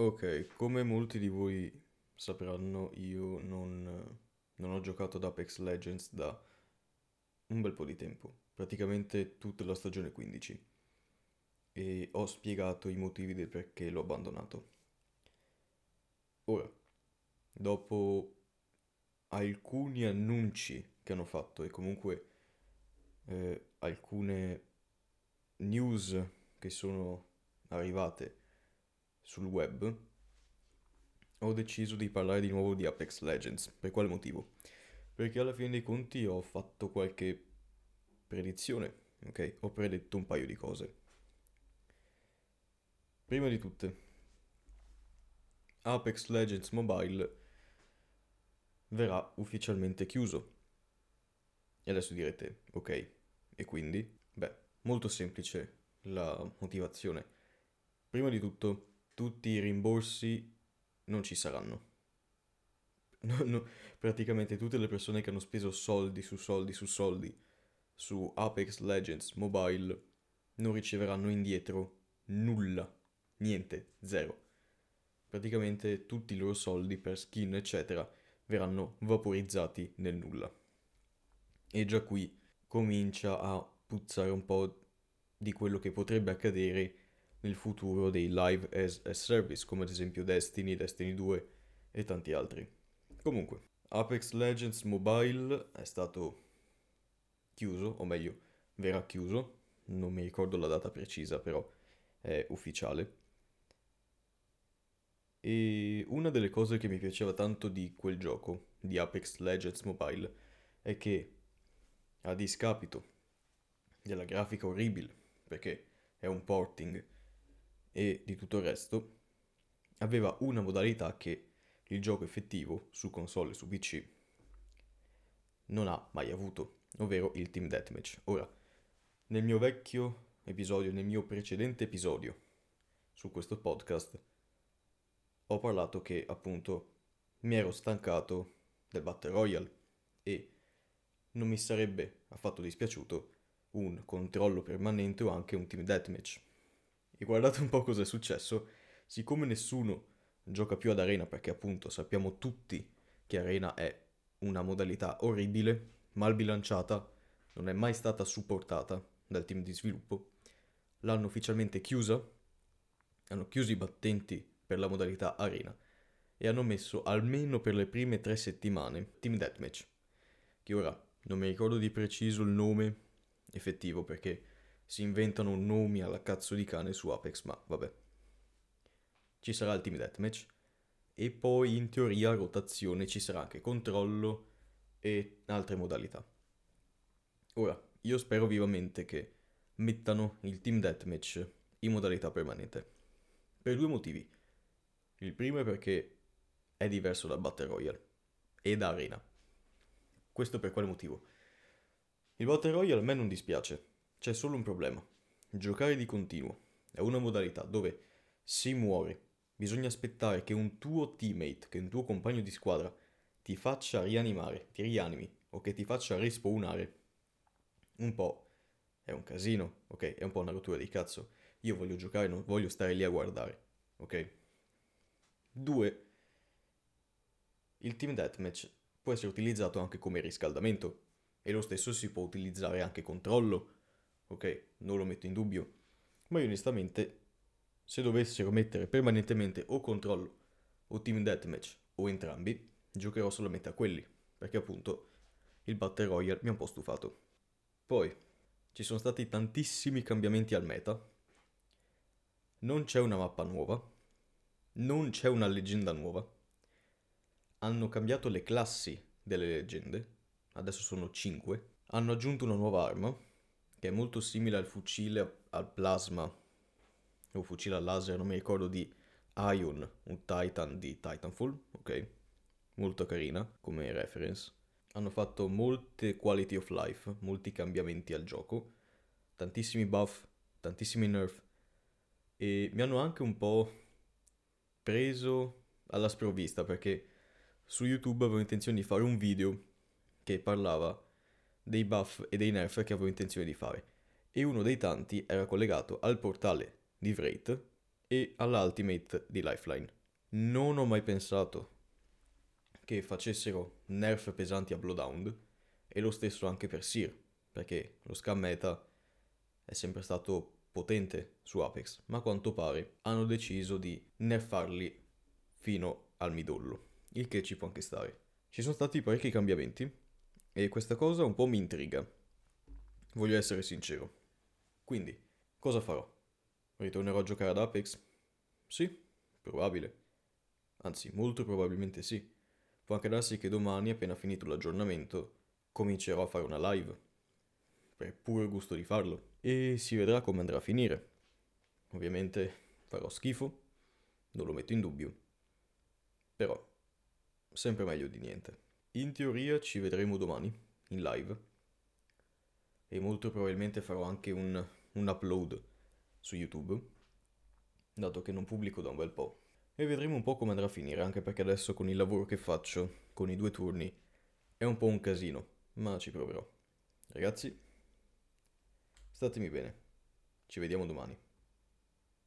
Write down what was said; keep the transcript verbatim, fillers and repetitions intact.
Ok, come molti di voi sapranno, io non, non ho giocato ad Apex Legends da un bel po' di tempo, praticamente tutta la stagione quindici, e ho spiegato i motivi del perché l'ho abbandonato. Ora, dopo alcuni annunci che hanno fatto e comunque eh, alcune news che sono arrivate sul web, ho deciso di parlare di nuovo di Apex Legends. Per quale motivo? Perché alla fine dei conti ho fatto qualche predizione, ok? Ho predetto un paio di cose. Prima di tutte, Apex Legends Mobile verrà ufficialmente chiuso. E adesso direte, ok, e quindi? Beh, molto semplice la motivazione. Prima di tutto, tutti i rimborsi non ci saranno. No, no, praticamente tutte le persone che hanno speso soldi su soldi su soldi su Apex Legends Mobile non riceveranno indietro nulla, niente, zero. Praticamente tutti i loro soldi per skin, eccetera, verranno vaporizzati nel nulla. E già qui comincia a puzzare un po' di quello che potrebbe accadere nel futuro dei live as a service, come ad esempio Destiny, Destiny due e tanti altri. Comunque, Apex Legends Mobile è stato chiuso, o meglio, verrà chiuso, non mi ricordo la data precisa, però è ufficiale. E una delle cose che mi piaceva tanto di quel gioco, di Apex Legends Mobile, è che, a discapito della grafica orribile, perché è un porting, e di tutto il resto, aveva una modalità che il gioco effettivo su console e su P C non ha mai avuto, ovvero il Team Deathmatch. Ora, nel mio vecchio episodio, nel mio precedente episodio su questo podcast, ho parlato che appunto mi ero stancato del Battle Royale e non mi sarebbe affatto dispiaciuto un controllo permanente o anche un Team Deathmatch. E guardate un po' cosa è successo, siccome nessuno gioca più ad Arena perché appunto sappiamo tutti che Arena è una modalità orribile, mal bilanciata, non è mai stata supportata dal team di sviluppo, l'hanno ufficialmente chiusa, hanno chiuso i battenti per la modalità Arena e hanno messo almeno per le prime tre settimane Team Deathmatch, che ora non mi ricordo di preciso il nome effettivo perché si inventano nomi alla cazzo di cane su Apex, ma vabbè. Ci sarà il Team Deathmatch e poi in teoria a rotazione ci sarà anche controllo e altre modalità. Ora, io spero vivamente che mettano il Team Deathmatch in modalità permanente. Per due motivi. Il primo è perché è diverso da Battle Royale e da Arena. Questo per quale motivo? Il Battle Royale a me non dispiace, c'è solo un problema. Giocare di continuo è una modalità dove si muore, bisogna aspettare che un tuo teammate, che un tuo compagno di squadra ti faccia rianimare, ti rianimi o che ti faccia respawnare. Un po' è un casino, ok? È un po' una rottura di cazzo. Io voglio giocare, non voglio stare lì a guardare, ok? Due, il Team Deathmatch può essere utilizzato anche come riscaldamento e lo stesso si può utilizzare anche controllo, ok? Non lo metto in dubbio, ma io onestamente, se dovessero mettere permanentemente o controllo o Team Deathmatch o entrambi, giocherò solamente a quelli, perché appunto il Battle Royale mi ha un po' stufato. Poi, ci sono stati tantissimi cambiamenti al meta, non c'è una mappa nuova, non c'è una leggenda nuova, hanno cambiato le classi delle leggende, adesso sono cinque, hanno aggiunto una nuova arma, che è molto simile al fucile al plasma, o fucile al laser, non mi ricordo, di Ion, un Titan di Titanfall, ok? Molto carina come reference. Hanno fatto molte quality of life, molti cambiamenti al gioco, tantissimi buff, tantissimi nerf, e mi hanno anche un po' preso alla sprovvista perché su YouTube avevo intenzione di fare un video che parlava dei buff e dei nerf che avevo intenzione di fare. E uno dei tanti era collegato al portale di Wraith e alla Ultimate di Lifeline. Non ho mai pensato che facessero nerf pesanti a Bloodhound, e lo stesso anche per Seer, perché lo scam meta è sempre stato potente su Apex, ma a quanto pare hanno deciso di nerfarli fino al midollo, il che ci può anche stare. Ci sono stati parecchi cambiamenti e questa cosa un po' mi intriga, voglio essere sincero. Quindi, cosa farò? Ritornerò a giocare ad Apex? Sì, probabile. Anzi, molto probabilmente sì. Può anche darsi che domani, appena finito l'aggiornamento, comincerò a fare una live, per puro gusto di farlo, e si vedrà come andrà a finire. Ovviamente farò schifo, non lo metto in dubbio, però sempre meglio di niente. In teoria ci vedremo domani, in live, e molto probabilmente farò anche un, un upload su YouTube, dato che non pubblico da un bel po'. E vedremo un po' come andrà a finire, anche perché adesso con il lavoro che faccio, con i due turni, è un po' un casino, ma ci proverò. Ragazzi, statemi bene. Ci vediamo domani.